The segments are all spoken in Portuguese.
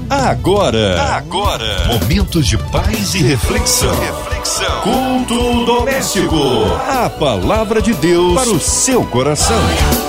Agora, momentos de paz e reflexão. Culto doméstico. A palavra de Deus para o seu coração.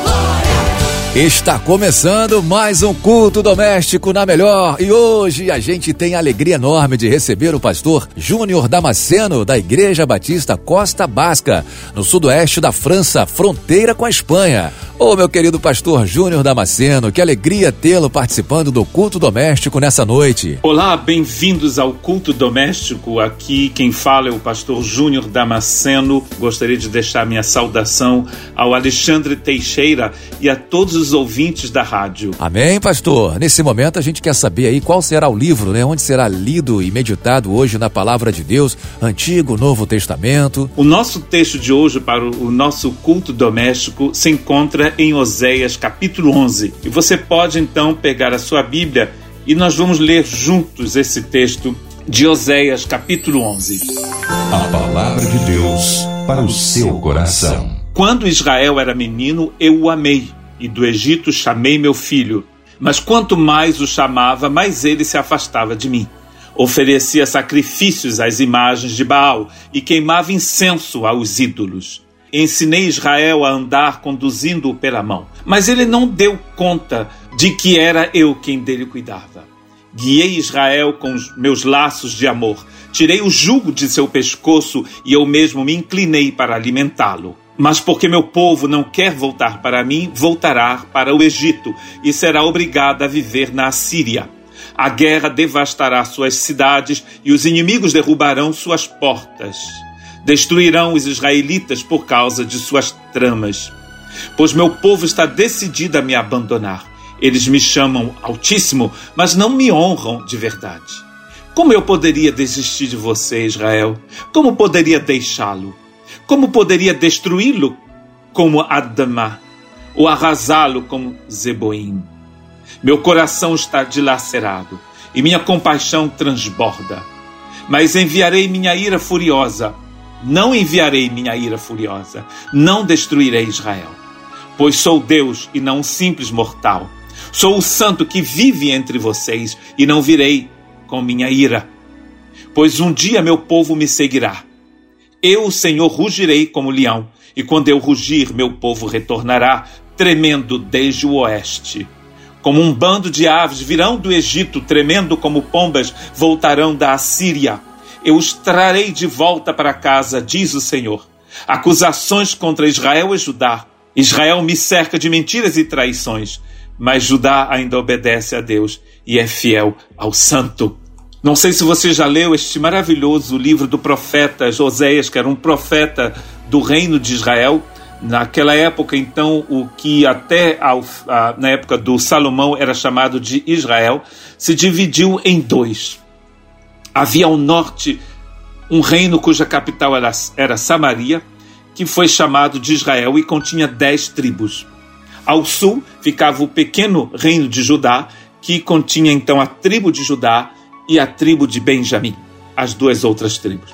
Está começando mais um culto doméstico na Melhor, e hoje a gente tem a alegria enorme de receber o pastor Júnior Damasceno, da Igreja Batista Costa Basca, no sudoeste da França, fronteira com a Espanha. Ô, meu querido pastor Júnior Damasceno, que alegria tê-lo participando do culto doméstico nessa noite. Olá, bem-vindos ao culto doméstico. Aqui quem fala é o pastor Júnior Damasceno. Gostaria de deixar minha saudação ao Alexandre Teixeira e a todos os ouvintes da rádio. Amém, pastor. Nesse momento a gente quer saber aí qual será o livro, onde será lido e meditado hoje na palavra de Deus, Antigo, Novo Testamento. O nosso texto de hoje para o nosso culto doméstico se encontra em Oséias capítulo 11. E você pode então pegar a sua Bíblia e nós vamos ler juntos esse texto de Oséias capítulo 11. A palavra de Deus para o seu coração. Quando Israel era menino, eu o amei, e do Egito chamei meu filho. Mas quanto mais o chamava, mais ele se afastava de mim. Oferecia sacrifícios às imagens de Baal e queimava incenso aos ídolos. Ensinei Israel a andar conduzindo-o pela mão, mas ele não deu conta de que era eu quem dele cuidava. Guiei Israel com os meus laços de amor, tirei o jugo de seu pescoço e eu mesmo me inclinei para alimentá-lo. Mas porque meu povo não quer voltar para mim, voltará para o Egito e será obrigado a viver na Assíria. A guerra devastará suas cidades e os inimigos derrubarão suas portas. Destruirão os israelitas por causa de suas tramas. Pois meu povo está decidido a me abandonar. Eles me chamam Altíssimo, mas não me honram de verdade. Como eu poderia desistir de você, Israel? Como poderia deixá-lo? Como poderia destruí-lo como Admá, ou arrasá-lo como Zeboim? Meu coração está dilacerado e minha compaixão transborda. Mas enviarei minha ira furiosa. Não enviarei minha ira furiosa. Não destruirei Israel. Pois sou Deus e não um simples mortal. Sou o santo que vive entre vocês e não virei com minha ira. Pois um dia meu povo me seguirá. Eu, o Senhor, rugirei como leão, e quando eu rugir, meu povo retornará, tremendo desde o oeste. Como um bando de aves virão do Egito, tremendo como pombas, voltarão da Assíria. Eu os trarei de volta para casa, diz o Senhor. Acusações contra Israel e Judá. Israel me cerca de mentiras e traições, mas Judá ainda obedece a Deus e é fiel ao Santo. Não sei se você já leu este maravilhoso livro do profeta Oséias, que era um profeta do reino de Israel. Naquela época, então, o que até na época do Salomão era chamado de Israel, se dividiu em dois. Havia ao norte um reino cuja capital era Samaria, que foi chamado de Israel e continha 10 tribos. Ao sul ficava o pequeno reino de Judá, que continha então a tribo de Judá e a tribo de Benjamim, as duas outras tribos.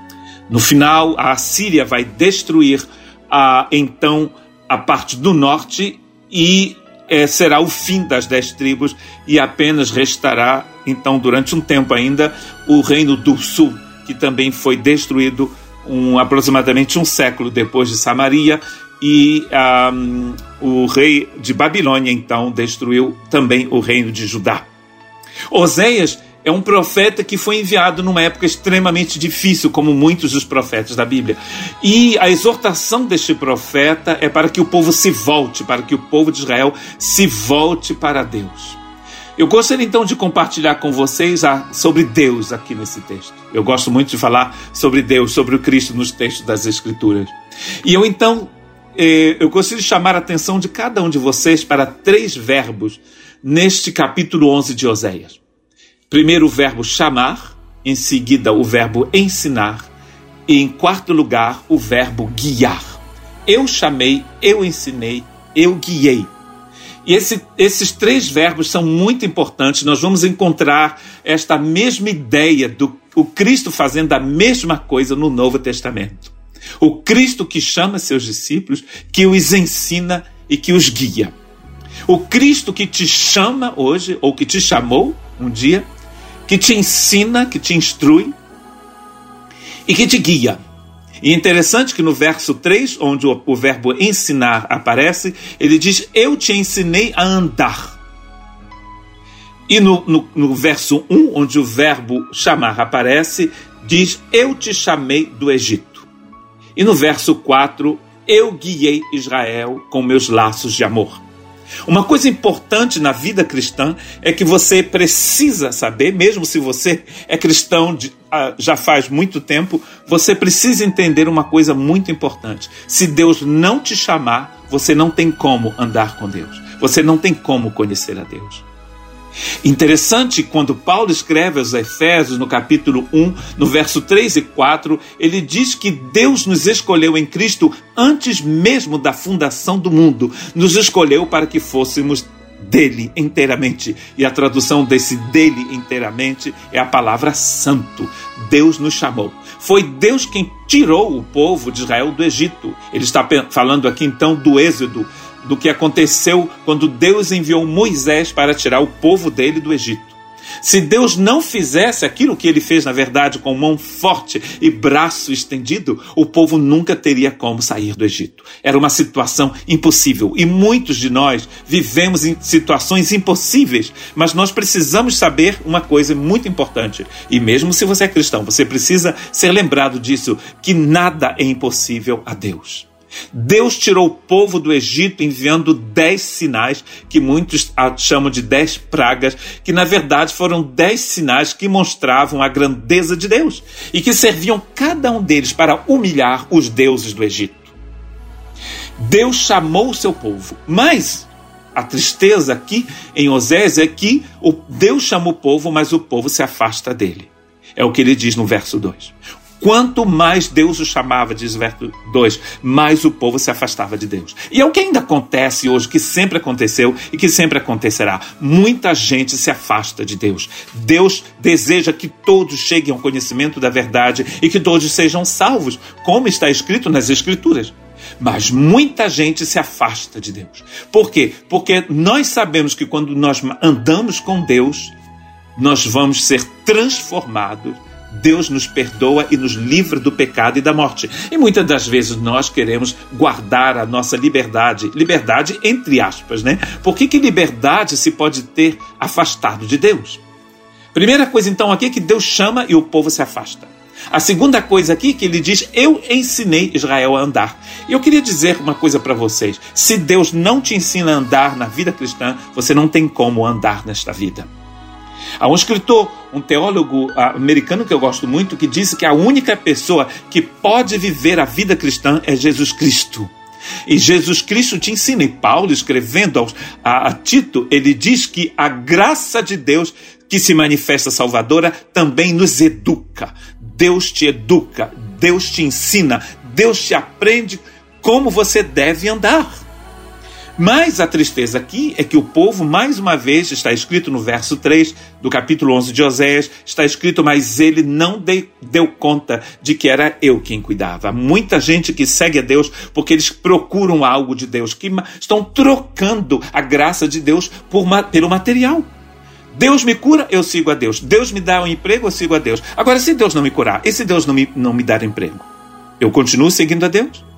No final, a Assíria vai destruir então a parte do norte e será o fim das 10 tribos e apenas restará, então, durante um tempo ainda, o reino do sul, que também foi destruído aproximadamente um século depois de Samaria, e o rei de Babilônia, então, destruiu também o reino de Judá. Oséias é um profeta que foi enviado numa época extremamente difícil, como muitos dos profetas da Bíblia. E a exortação deste profeta é para que o povo se volte, para que o povo de Israel se volte para Deus. Eu gostaria então de compartilhar com vocês sobre Deus aqui nesse texto. Eu gosto muito de falar sobre Deus, sobre o Cristo nos textos das Escrituras. E eu gostaria de chamar a atenção de cada um de vocês para 3 verbos neste capítulo 11 de Oséias. Primeiro o verbo chamar, em seguida o verbo ensinar e em quarto lugar o verbo guiar. Eu chamei, eu ensinei, eu guiei. E esses 3 verbos são muito importantes. Nós vamos encontrar esta mesma ideia do Cristo fazendo a mesma coisa no Novo Testamento. O Cristo que chama seus discípulos, que os ensina e que os guia. O Cristo que te chama hoje, ou que te chamou um dia, que te ensina, que te instrui e que te guia. E é interessante que no verso 3, onde o verbo ensinar aparece, ele diz: eu te ensinei a andar. E no verso 1, onde o verbo chamar aparece, diz: eu te chamei do Egito. E no verso 4, eu guiei Israel com meus laços de amor. Uma coisa importante na vida cristã é que você precisa saber, mesmo se você é cristão já faz muito tempo, você precisa entender uma coisa muito importante. Se Deus não te chamar, você não tem como andar com Deus. Você não tem como conhecer a Deus. Interessante, quando Paulo escreve aos Efésios, no capítulo 1, no verso 3 e 4, ele diz que Deus nos escolheu em Cristo antes mesmo da fundação do mundo. Nos escolheu para que fôssemos dele inteiramente. E a tradução desse dele inteiramente é a palavra santo. Deus nos chamou. Foi Deus quem tirou o povo de Israel do Egito. Ele está falando aqui então do Êxodo, do que aconteceu quando Deus enviou Moisés para tirar o povo dele do Egito. Se Deus não fizesse aquilo que ele fez, na verdade, com mão forte e braço estendido, o povo nunca teria como sair do Egito. Era uma situação impossível. E muitos de nós vivemos em situações impossíveis, mas nós precisamos saber uma coisa muito importante. E mesmo se você é cristão, você precisa ser lembrado disso, que nada é impossível a Deus. Deus tirou o povo do Egito enviando 10 sinais, que muitos chamam de 10 pragas, que na verdade foram 10 sinais que mostravam a grandeza de Deus e que serviam cada um deles para humilhar os deuses do Egito. Deus chamou o seu povo, mas a tristeza aqui em Osés é que Deus chama o povo, mas o povo se afasta dele. É o que ele diz no verso 2. Quanto mais Deus o chamava, diz o verso 2, mais o povo se afastava de Deus. E é o que ainda acontece hoje, que sempre aconteceu e que sempre acontecerá. Muita gente se afasta de Deus. Deus deseja que todos cheguem ao conhecimento da verdade e que todos sejam salvos, como está escrito nas Escrituras. Mas muita gente se afasta de Deus. Por quê? Porque nós sabemos que quando nós andamos com Deus, nós vamos ser transformados. Deus nos perdoa e nos livra do pecado e da morte. E muitas das vezes nós queremos guardar a nossa liberdade. Liberdade entre aspas, né? Por que liberdade se pode ter afastado de Deus? Primeira coisa então aqui é que Deus chama e o povo se afasta. A segunda coisa aqui que ele diz: eu ensinei Israel a andar. E eu queria dizer uma coisa para vocês. Se Deus não te ensina a andar na vida cristã, você não tem como andar nesta vida. Há um escritor, um teólogo americano que eu gosto muito, que disse que a única pessoa que pode viver a vida cristã é Jesus Cristo. E Jesus Cristo te ensina. E Paulo, escrevendo a Tito, ele diz que a graça de Deus que se manifesta salvadora também nos educa. Deus te educa, Deus te ensina, Deus te aprende como você deve andar. Mas a tristeza aqui é que o povo, mais uma vez, está escrito no verso 3 do capítulo 11 de Oséias, está escrito: mas ele não deu conta de que era eu quem cuidava. Há muita gente que segue a Deus porque eles procuram algo de Deus, que estão trocando a graça de Deus pelo material. Deus me cura, eu sigo a Deus. Deus me dá um emprego, eu sigo a Deus. Agora, se Deus não me curar, e se Deus não me dar emprego, eu continuo seguindo a Deus?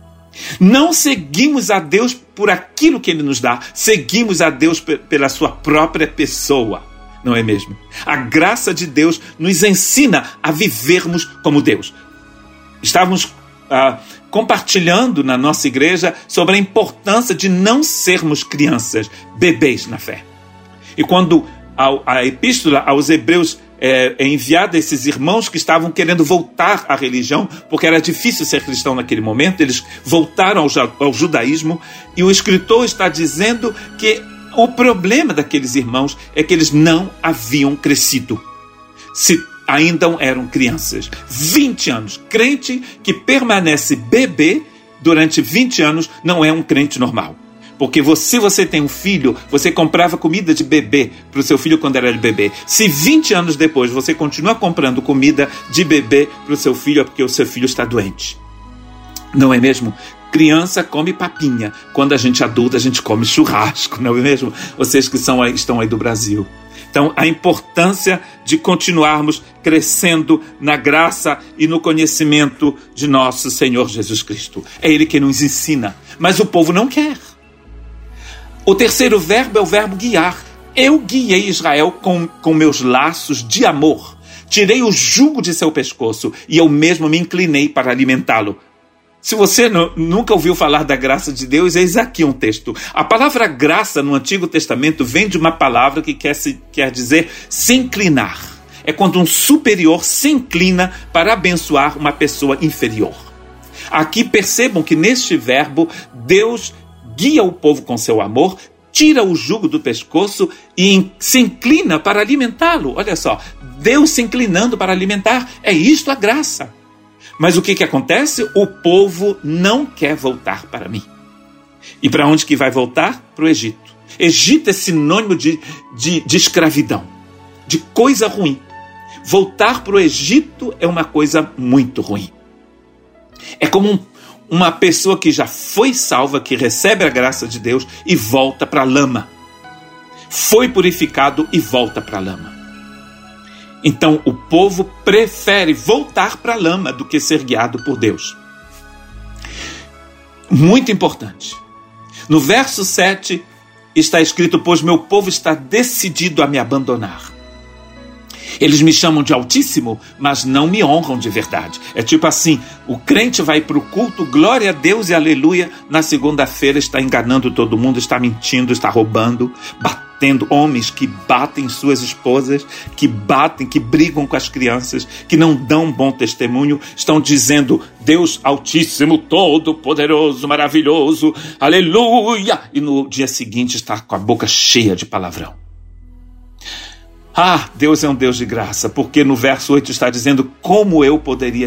Não seguimos a Deus por aquilo que Ele nos dá, seguimos a Deus pela sua própria pessoa, não é mesmo? A graça de Deus nos ensina a vivermos como Deus. Estávamos compartilhando na nossa igreja sobre a importância de não sermos crianças, bebês na fé. E quando a epístola aos Hebreus é enviada a esses irmãos que estavam querendo voltar à religião, porque era difícil ser cristão naquele momento, eles voltaram ao judaísmo, e o escritor está dizendo que o problema daqueles irmãos é que eles não haviam crescido, se ainda eram crianças. 20 anos, crente que permanece bebê durante 20 anos não é um crente normal. Porque se você tem um filho, você comprava comida de bebê para o seu filho quando era bebê. Se 20 anos depois você continua comprando comida de bebê para o seu filho, é porque o seu filho está doente. Não é mesmo? Criança come papinha. Quando a gente é adulta, a gente come churrasco, não é mesmo? Vocês que estão aí do Brasil. Então, a importância de continuarmos crescendo na graça e no conhecimento de nosso Senhor Jesus Cristo. É Ele que nos ensina, mas o povo não quer. O terceiro verbo é o verbo guiar. Eu guiei Israel com meus laços de amor. Tirei o jugo de seu pescoço e eu mesmo me inclinei para alimentá-lo. Se você nunca ouviu falar da graça de Deus, eis aqui um texto. A palavra graça no Antigo Testamento vem de uma palavra que quer dizer se inclinar. É quando um superior se inclina para abençoar uma pessoa inferior. Aqui percebam que neste verbo, Deus guia o povo com seu amor, tira o jugo do pescoço e se inclina para alimentá-lo. Olha só, Deus se inclinando para alimentar, é isto a graça. Mas o que acontece? O povo não quer voltar para mim. E para onde que vai voltar? Para o Egito. Egito é sinônimo de escravidão, de coisa ruim. Voltar para o Egito é uma coisa muito ruim. É como uma pessoa que já foi salva, que recebe a graça de Deus e volta para a lama. Foi purificado e volta para a lama. Então, o povo prefere voltar para a lama do que ser guiado por Deus. Muito importante. No verso 7 está escrito: pois meu povo está decidido a me abandonar. Eles me chamam de Altíssimo, mas não me honram de verdade. É tipo assim, o crente vai para o culto, glória a Deus e aleluia, na segunda-feira está enganando todo mundo, está mentindo, está roubando, batendo, homens que batem suas esposas, que batem, que brigam com as crianças, que não dão bom testemunho, estão dizendo Deus Altíssimo, Todo-Poderoso, Maravilhoso, aleluia, e no dia seguinte está com a boca cheia de palavrão. Ah, Deus é um Deus de graça, porque no verso 8 está dizendo: como eu poderia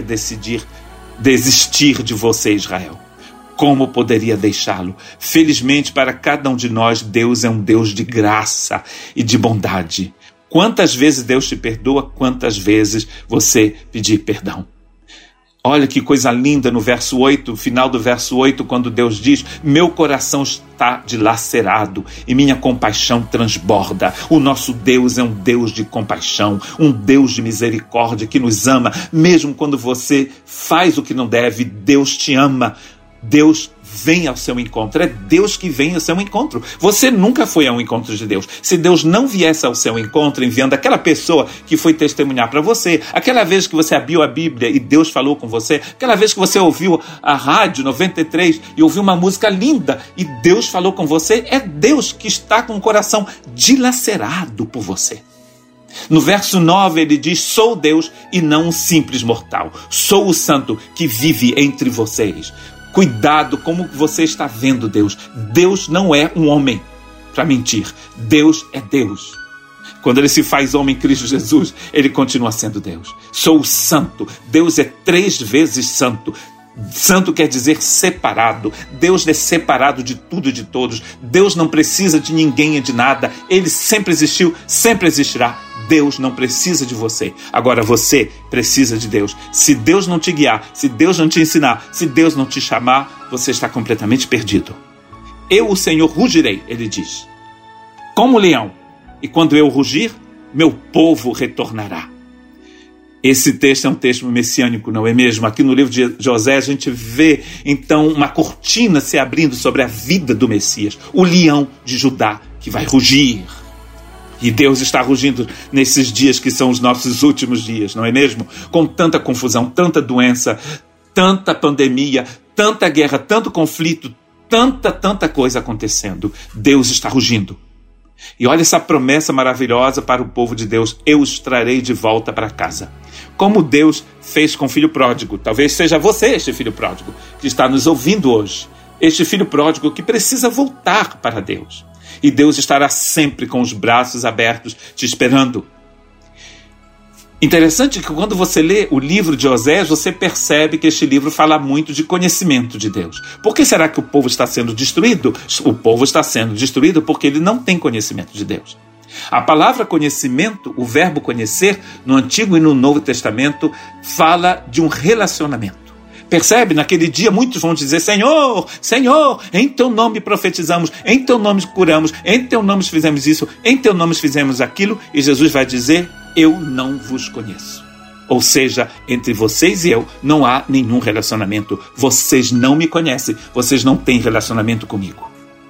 desistir de você, Israel? Como poderia deixá-lo? Felizmente para cada um de nós, Deus é um Deus de graça e de bondade. Quantas vezes Deus te perdoa, quantas vezes você pedir perdão. Olha que coisa linda no verso 8, final do verso 8, quando Deus diz: meu coração está dilacerado e minha compaixão transborda. O nosso Deus é um Deus de compaixão, um Deus de misericórdia que nos ama. Mesmo quando você faz o que não deve, Deus te ama. Deus vem ao seu encontro. É Deus que vem ao seu encontro. Você nunca foi ao encontro de Deus. Se Deus não viesse ao seu encontro enviando aquela pessoa que foi testemunhar para você, aquela vez que você abriu a Bíblia e Deus falou com você, aquela vez que você ouviu a rádio 93 e ouviu uma música linda e Deus falou com você, é Deus que está com o coração dilacerado por você. No verso 9 ele diz: sou Deus e não um simples mortal. Sou o santo que vive entre vocês. Cuidado como você está vendo Deus. Deus não é um homem para mentir. Deus é Deus. Quando ele se faz homem em Cristo Jesus, ele continua sendo Deus. Sou o santo. Deus é 3 vezes santo. Santo quer dizer separado. Deus é separado de tudo e de todos. Deus não precisa de ninguém e de nada. Ele sempre existiu, sempre existirá. Deus não precisa de você. Agora você precisa de Deus. Se Deus não te guiar, se Deus não te ensinar, se Deus não te chamar, você está completamente perdido. Eu, o Senhor, rugirei, ele diz, como leão. E quando eu rugir, meu povo retornará. Esse texto é um texto messiânico, não é mesmo? Aqui no livro de José a gente vê, então, uma cortina se abrindo sobre a vida do Messias. O leão de Judá que vai rugir. E Deus está rugindo nesses dias que são os nossos últimos dias, não é mesmo? Com tanta confusão, tanta doença, tanta pandemia, tanta guerra, tanto conflito, tanta coisa acontecendo. Deus está rugindo. E olha essa promessa maravilhosa para o povo de Deus: eu os trarei de volta para casa. Como Deus fez com o filho pródigo. Talvez seja você este filho pródigo que está nos ouvindo hoje. Este filho pródigo que precisa voltar para Deus. E Deus estará sempre com os braços abertos te esperando. Interessante que quando você lê o livro de Osés, você percebe que este livro fala muito de conhecimento de Deus. Por que será que o povo está sendo destruído? O povo está sendo destruído porque ele não tem conhecimento de Deus. A palavra conhecimento, o verbo conhecer, no Antigo e no Novo Testamento, fala de um relacionamento. Percebe? Naquele dia muitos vão dizer: Senhor, Senhor, em teu nome profetizamos, em teu nome curamos, em teu nome fizemos isso, em teu nome fizemos aquilo. E Jesus vai dizer: eu não vos conheço. Ou seja, entre vocês e eu não há nenhum relacionamento. Vocês não me conhecem, vocês não têm relacionamento comigo.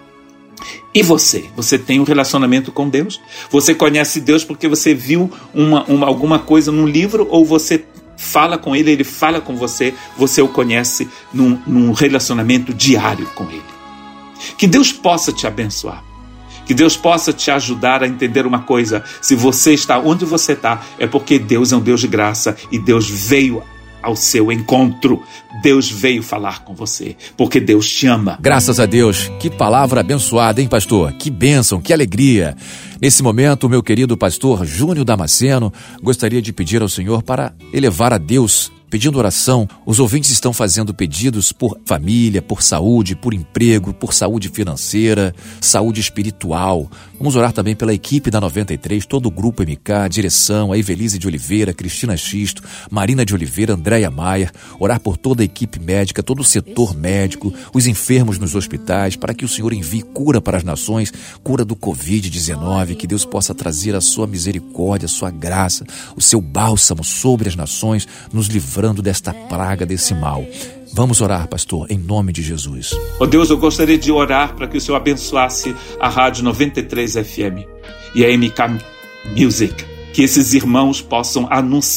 E você tem um relacionamento com Deus? Você conhece Deus porque você viu alguma coisa num livro, ou você fala com Ele, Ele fala com você, você o conhece num relacionamento diário com Ele? Que Deus possa te abençoar. Que Deus possa te ajudar a entender uma coisa: se você está onde você está, é porque Deus é um Deus de graça e Deus veio ao seu encontro. Deus veio falar com você, porque Deus te ama. Graças a Deus. Que palavra abençoada, hein, pastor? Que bênção, que alegria. Nesse momento, o meu querido pastor Júnior Damasceno gostaria de pedir ao Senhor para elevar a Deus, pedindo oração. Os ouvintes estão fazendo pedidos por família, por saúde, por emprego, por saúde financeira, saúde espiritual. Vamos orar também pela equipe da 93, todo o grupo MK, direção, a Evelise de Oliveira, Cristina Xisto, Marina de Oliveira, Andréia Maier. Orar por toda a equipe médica, todo o setor médico, os enfermos nos hospitais, para que o Senhor envie cura para as nações, cura do Covid-19, que Deus possa trazer a sua misericórdia, a sua graça, o seu bálsamo sobre as nações, nos livrando desta praga, desse mal. Vamos orar, pastor, em nome de Jesus. Oh Deus, eu gostaria de orar para que o Senhor abençoasse a Rádio 93 FM e a MK Music, que esses irmãos possam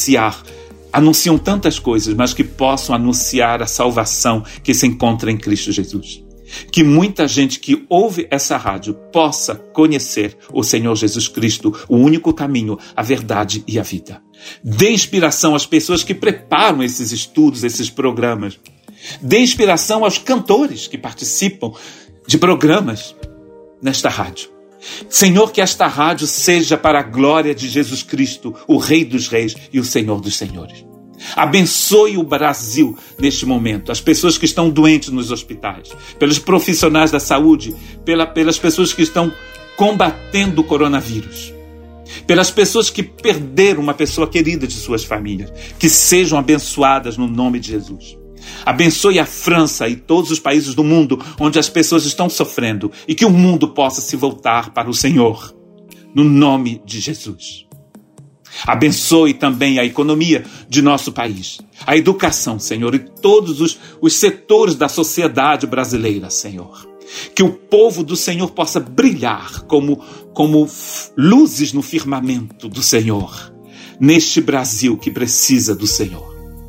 anunciam tantas coisas, mas que possam anunciar a salvação que se encontra em Cristo Jesus. Que muita gente que ouve essa rádio possa conhecer o Senhor Jesus Cristo, o único caminho, a verdade e a vida. Dê inspiração às pessoas que preparam esses estudos, esses programas. Dê inspiração aos cantores que participam de programas nesta rádio. Senhor, que esta rádio seja para a glória de Jesus Cristo, o Rei dos Reis e o Senhor dos Senhores. Abençoe o Brasil neste momento, as pessoas que estão doentes nos hospitais, pelos profissionais da saúde, pelas pessoas que estão combatendo o coronavírus, pelas pessoas que perderam uma pessoa querida de suas famílias, que sejam abençoadas no nome de Jesus. Abençoe a França e todos os países do mundo onde as pessoas estão sofrendo, e que o mundo possa se voltar para o Senhor, no nome de Jesus. Abençoe também a economia de nosso país, a educação, Senhor, e todos os setores da sociedade brasileira, Senhor. Que o povo do Senhor possa brilhar como luzes no firmamento do Senhor, neste Brasil que precisa do Senhor.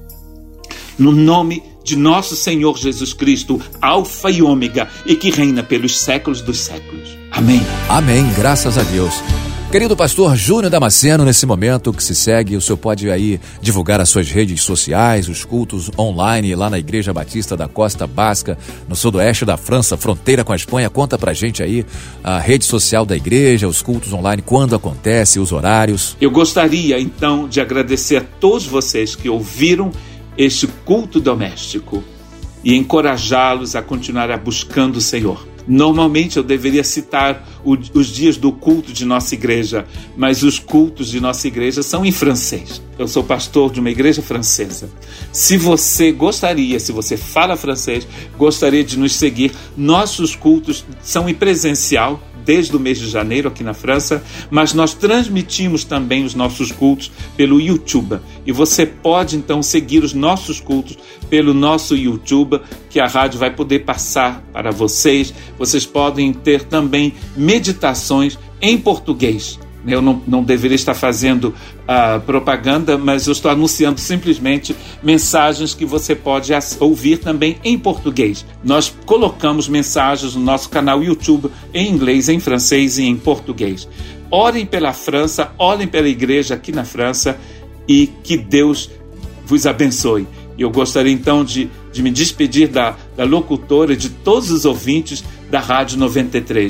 No nome de nosso Senhor Jesus Cristo, Alfa e Ômega, e que reina pelos séculos dos séculos. Amém. Amém, graças a Deus. Querido pastor Júnior Damasceno, nesse momento que se segue, o senhor pode aí divulgar as suas redes sociais, os cultos online lá na Igreja Batista da Costa Basca, no sudoeste da França, fronteira com a Espanha. Conta pra gente aí a rede social da igreja, os cultos online, quando acontece, os horários. Eu gostaria então de agradecer a todos vocês que ouviram este culto doméstico e encorajá-los a continuar buscando o Senhor. Normalmente eu deveria citar os dias do culto de nossa igreja, mas os cultos de nossa igreja são em francês. Eu sou pastor de uma igreja francesa. Se você fala francês, gostaria de nos seguir, nossos cultos são em presencial, desde o mês de janeiro aqui na França, mas nós transmitimos também os nossos cultos pelo YouTube. E você pode então seguir os nossos cultos pelo nosso YouTube, que a rádio vai poder passar para vocês. Vocês podem ter também meditações em português. Eu não deveria estar fazendo propaganda, mas eu estou anunciando simplesmente mensagens que você pode ouvir também em português. Nós colocamos mensagens no nosso canal YouTube em inglês, em francês e em português. Orem pela França, orem pela igreja aqui na França, e que Deus vos abençoe. E eu gostaria então de me despedir da locutora e de todos os ouvintes da Rádio 93.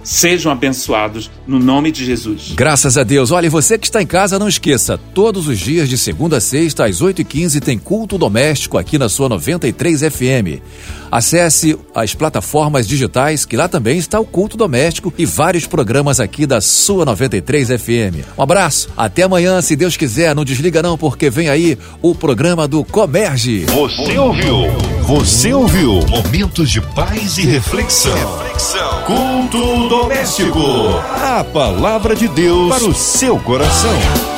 Sejam abençoados no nome de Jesus. Graças a Deus. Olha, e você que está em casa, não esqueça, todos os dias de segunda a sexta às 8h15 tem culto doméstico aqui na sua 93 FM. Acesse as plataformas digitais, que lá também está o culto doméstico e vários programas aqui da sua 93 FM. Um abraço, até amanhã, se Deus quiser. Não desliga não, porque vem aí o programa do Comerge. Você ouviu Momentos de Paz e Reflexão. Culto doméstico. A palavra de Deus para o seu coração.